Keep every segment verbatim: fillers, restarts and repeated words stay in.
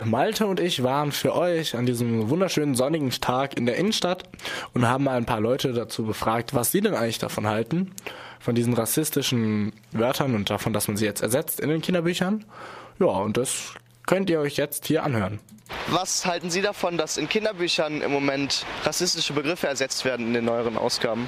Malte und ich waren für euch an diesem wunderschönen sonnigen Tag in der Innenstadt und haben mal ein paar Leute dazu befragt, was sie denn eigentlich davon halten, von diesen rassistischen Wörtern und davon, dass man sie jetzt ersetzt in den Kinderbüchern. Ja, und das könnt ihr euch jetzt hier anhören. Was halten Sie davon, dass in Kinderbüchern im Moment rassistische Begriffe ersetzt werden in den neueren Ausgaben?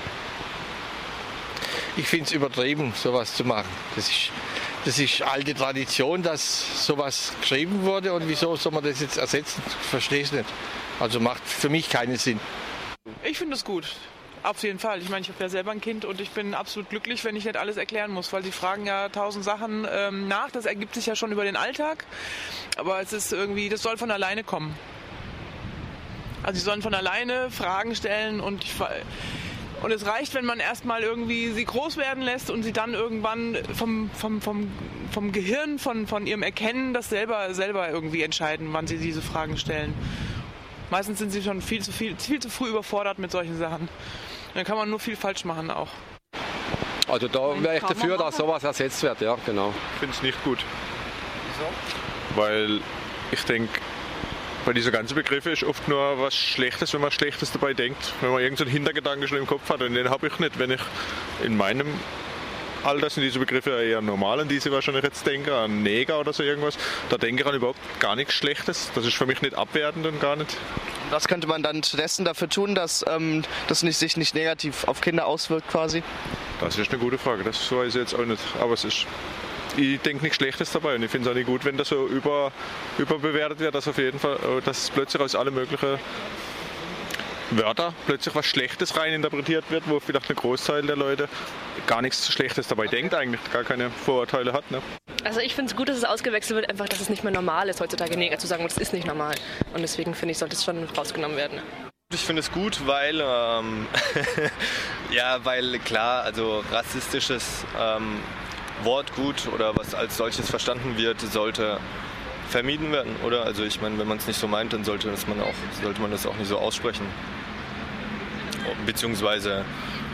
Ich finde es übertrieben, sowas zu machen. Das ist, das ist alte Tradition, dass sowas geschrieben wurde und wieso soll man das jetzt ersetzen? Ich verstehe es nicht. Also macht für mich keinen Sinn. Ich finde es gut. Auf jeden Fall. Ich meine, ich habe ja selber ein Kind und ich bin absolut glücklich, wenn ich nicht alles erklären muss, weil sie fragen ja tausend Sachen ähm, nach. Das ergibt sich ja schon über den Alltag. Aber es ist irgendwie, das soll von alleine kommen. Also sie sollen von alleine Fragen stellen und ich, und es reicht, wenn man erstmal irgendwie sie groß werden lässt und sie dann irgendwann vom, vom, vom, vom Gehirn, von, von ihrem Erkennen das selber, selber irgendwie entscheiden, wann sie diese Fragen stellen. Meistens sind sie schon viel zu, viel, viel zu früh überfordert mit solchen Sachen. Dann kann man nur viel falsch machen auch. Also da wäre ich dafür, dass sowas ersetzt wird, ja, genau. Ich finde es nicht gut. Wieso? Weil ich denke, bei dieser ganzen Begriffe ist oft nur was Schlechtes, wenn man Schlechtes dabei denkt. Wenn man irgendeinen Hintergedanken schon im Kopf hat, und den habe ich nicht. Wenn ich in meinem Alter sind diese Begriffe eher normal, an die Sie wahrscheinlich jetzt denken, an Neger oder so irgendwas. Da denke ich an überhaupt gar nichts Schlechtes. Das ist für mich nicht abwertend und gar nicht. Was könnte man dann stattdessen dafür tun, dass ähm, das nicht, sich nicht negativ auf Kinder auswirkt quasi? Das ist eine gute Frage, das weiß ich jetzt auch nicht. Aber es ist, ich denke nichts Schlechtes dabei und ich finde es auch nicht gut, wenn das so über, überbewertet wird, dass auf jeden Fall, dass plötzlich aus allen möglichen Wörter plötzlich was Schlechtes reininterpretiert wird, wo vielleicht ein Großteil der Leute gar nichts Schlechtes dabei denkt, eigentlich gar keine Vorurteile hat. Ne? Also ich finde es gut, dass es ausgewechselt wird, einfach, dass es nicht mehr normal ist, heutzutage Neger zu sagen, und es ist nicht normal. Und deswegen finde ich, sollte es schon rausgenommen werden. Ich finde es gut, weil, ähm, ja, weil klar, also rassistisches ähm, Wortgut oder was als solches verstanden wird, sollte vermieden werden, oder? Also ich meine, wenn man es nicht so meint, dann sollte, das man auch, sollte man das auch nicht so aussprechen. Beziehungsweise,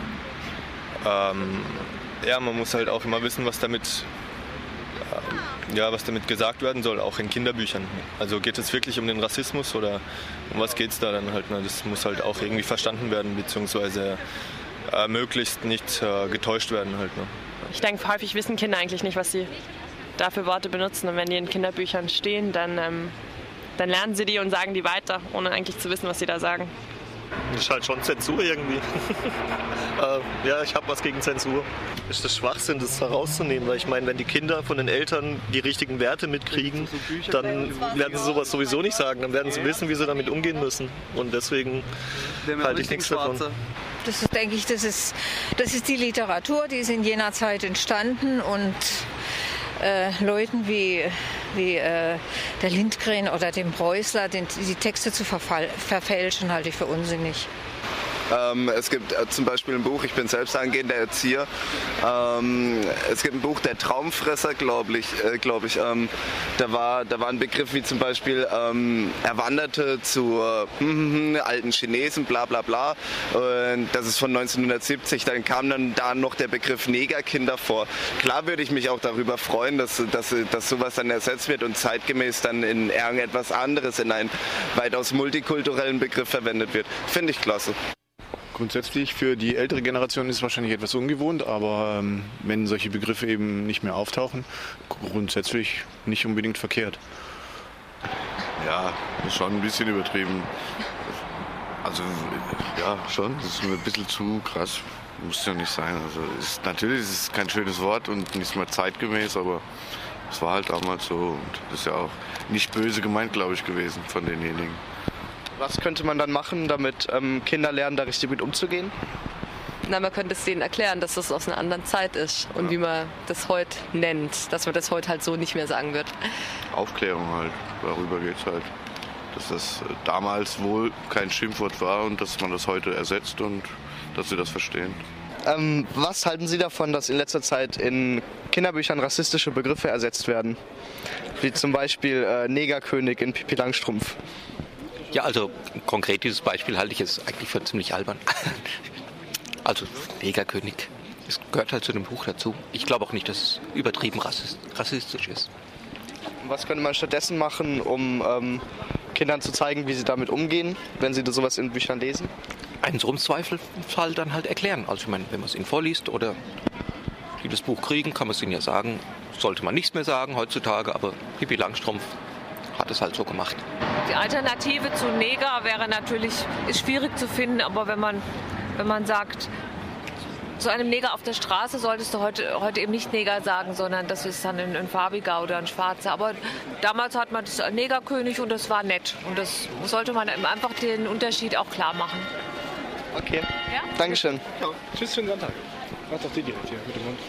ähm, ja, man muss halt auch immer wissen, was damit, äh, ja, was damit gesagt werden soll, auch in Kinderbüchern. Also geht es wirklich um den Rassismus oder um was geht es da dann halt? Ne? Das muss halt auch irgendwie verstanden werden, beziehungsweise äh, möglichst nicht äh, getäuscht werden halt. Ne? Ich denke, häufig wissen Kinder eigentlich nicht, was sie dafür Worte benutzen. Und wenn die in Kinderbüchern stehen, dann, ähm, dann lernen sie die und sagen die weiter, ohne eigentlich zu wissen, was sie da sagen. Das ist halt schon Zensur irgendwie. äh, ja, ich habe was gegen Zensur. Ist das Schwachsinn, das herauszunehmen? Weil ich meine, wenn die Kinder von den Eltern die richtigen Werte mitkriegen, dann werden sie sowas sowieso nicht sagen. Dann werden sie wissen, wie sie damit umgehen müssen. Und deswegen halte ich nichts davon. Das ist, denke ich, das ist, das ist die Literatur, die ist in jener Zeit entstanden und äh, Leuten wie, wie äh, der Lindgren oder dem Preußler den, die Texte zu verfall, verfälschen, halte ich für unsinnig. Ähm, es gibt äh, zum Beispiel ein Buch, ich bin selbst angehender Erzieher, ähm, es gibt ein Buch, Der Traumfresser, glaube ich, äh, glaub ich. Ähm, da, war, da war ein Begriff wie zum Beispiel, ähm, er wanderte zu äh, alten Chinesen, bla bla bla. Und das ist von neunzehnhundertsiebzig, dann kam dann da noch der Begriff Negerkinder vor. Klar würde ich mich auch darüber freuen, dass, dass, dass sowas dann ersetzt wird und zeitgemäß dann in irgendetwas anderes, in einen weitaus multikulturellen Begriff verwendet wird. Finde ich klasse. Grundsätzlich für die ältere Generation ist es wahrscheinlich etwas ungewohnt, aber ähm, wenn solche Begriffe eben nicht mehr auftauchen, grundsätzlich nicht unbedingt verkehrt. Ja, ist schon ein bisschen übertrieben. Also ja, schon, das ist mir ein bisschen zu krass. Muss ja nicht sein. Also ist, natürlich ist es kein schönes Wort und nicht mehr zeitgemäß, aber es war halt damals so und das ist ja auch nicht böse gemeint, glaube ich, gewesen von denjenigen. Was könnte man dann machen, damit ähm, Kinder lernen, da richtig mit umzugehen? Na, man könnte es denen erklären, dass das aus einer anderen Zeit ist und ja. wie man das heute nennt, dass man das heute halt so nicht mehr sagen wird. Aufklärung halt, darüber geht es halt. Dass das damals wohl kein Schimpfwort war und dass man das heute ersetzt und dass sie das verstehen. Ähm, was halten Sie davon, dass in letzter Zeit in Kinderbüchern rassistische Begriffe ersetzt werden? Wie zum Beispiel äh, Negerkönig in Pippi Langstrumpf. Ja, also konkret dieses Beispiel halte ich jetzt eigentlich für ziemlich albern. Also Negerkönig, es gehört halt zu dem Buch dazu. Ich glaube auch nicht, dass es übertrieben rassistisch ist. Was könnte man stattdessen machen, um ähm, Kindern zu zeigen, wie sie damit umgehen, wenn sie sowas in Büchern lesen? Einen so im Zweifelsfall dann halt erklären. Also ich meine, wenn man es ihnen vorliest oder die das Buch kriegen, kann man es ihnen ja sagen. Sollte man nichts mehr sagen heutzutage, aber Pippi Langstrumpf hat es halt so gemacht. Die Alternative zu Neger wäre natürlich, ist schwierig zu finden, aber wenn man, wenn man sagt, zu einem Neger auf der Straße solltest du heute, heute eben nicht Neger sagen, sondern das ist dann ein, ein farbiger oder ein schwarzer. Aber damals hat man das Negerkönig und das war nett. Und das sollte man einfach den Unterschied auch klar machen. Okay, ja? Dankeschön. Ja. Tschüss, schönen Sonntag. Warte auf die direkt hier mit dem Mund.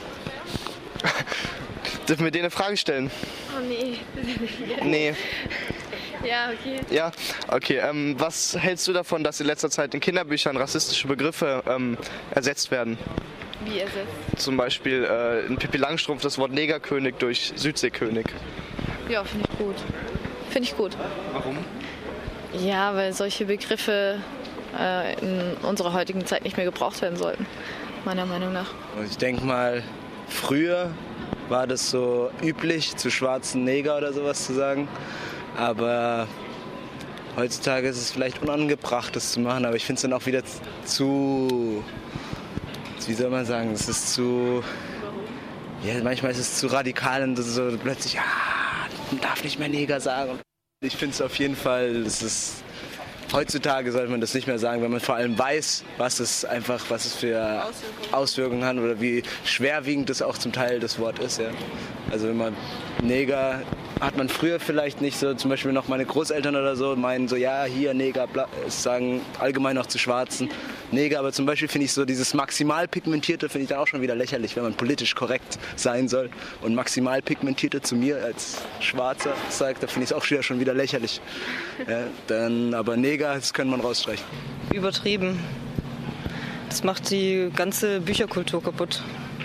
Dürfen wir dir eine Frage stellen? Oh nee. Nee. Ja, okay. Ja, okay. Ähm, was hältst du davon, dass in letzter Zeit in Kinderbüchern rassistische Begriffe ähm, ersetzt werden? Wie ersetzt? Zum Beispiel äh, in Pippi Langstrumpf das Wort Negerkönig durch Südseekönig. Ja, finde ich gut. Finde ich gut. Warum? Ja, weil solche Begriffe äh, in unserer heutigen Zeit nicht mehr gebraucht werden sollten, meiner Meinung nach. Ich denke mal, früher war das so üblich, zu schwarzen Neger oder sowas zu sagen. Aber heutzutage ist es vielleicht unangebracht, das zu machen. Aber ich finde es dann auch wieder zu, wie soll man sagen, es ist zu, ja, manchmal ist es zu radikal und das ist so plötzlich, ah, man darf nicht mehr Neger sagen. Ich finde es auf jeden Fall, es ist, heutzutage sollte man das nicht mehr sagen, wenn man vor allem weiß, was es einfach, was es für Auswirkungen hat oder wie schwerwiegend das auch zum Teil das Wort ist. Ja. Also wenn man Neger hat man früher vielleicht nicht so, zum Beispiel noch meine Großeltern oder so meinen so, ja, hier Neger, bla, sagen allgemein noch zu Schwarzen Neger, aber zum Beispiel finde ich so dieses maximal pigmentierte finde ich dann auch schon wieder lächerlich, wenn man politisch korrekt sein soll und maximal pigmentierte zu mir als Schwarzer sagt, da finde ich es auch wieder schon wieder lächerlich. Ja, dann, aber Neger, das kann man rausstreichen. Übertrieben. Das macht die ganze Bücherkultur kaputt.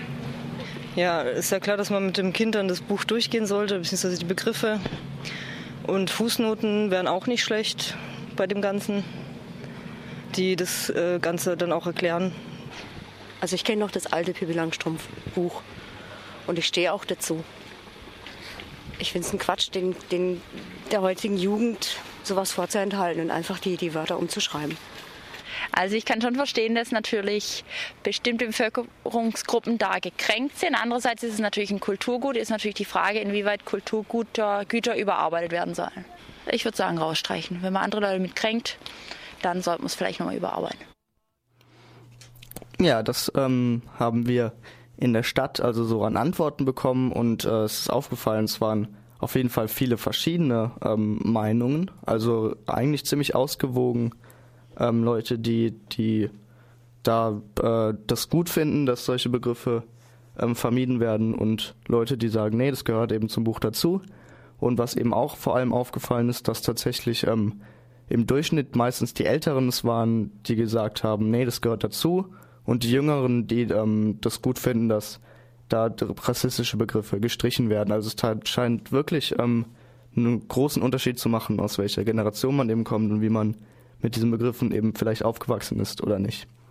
Ja, ist ja klar, dass man mit dem Kind dann das Buch durchgehen sollte, beziehungsweise die Begriffe. Und Fußnoten wären auch nicht schlecht bei dem Ganzen, die das äh, Ganze dann auch erklären. Also ich kenne noch das alte Pippi Langstrumpf Buch und ich stehe auch dazu. Ich finde es ein Quatsch, den, den der heutigen Jugend sowas vorzuenthalten und einfach die, die Wörter umzuschreiben. Also ich kann schon verstehen, dass natürlich bestimmte Bevölkerungsgruppen da gekränkt sind. Andererseits ist es natürlich ein Kulturgut. Ist natürlich die Frage, inwieweit Kulturgüter Güter überarbeitet werden sollen. Ich würde sagen, rausstreichen. Wenn man andere Leute mit kränkt, dann sollte man es vielleicht nochmal überarbeiten. Ja, das ähm, haben wir in der Stadt also so an Antworten bekommen und äh, es ist aufgefallen, es waren auf jeden Fall viele verschiedene ähm, Meinungen. Also eigentlich ziemlich ausgewogen. Ähm, Leute, die, die da äh, das gut finden, dass solche Begriffe ähm, vermieden werden und Leute, die sagen, nee, das gehört eben zum Buch dazu. Und was eben auch vor allem aufgefallen ist, dass tatsächlich ähm, im Durchschnitt meistens die Älteren es waren, die gesagt haben, nee, das gehört dazu. Und die Jüngeren, die ähm, das gut finden, dass da rassistische Begriffe gestrichen werden. Also es scheint wirklich ähm, einen großen Unterschied zu machen, aus welcher Generation man eben kommt und wie man mit diesen Begriffen eben vielleicht aufgewachsen ist oder nicht.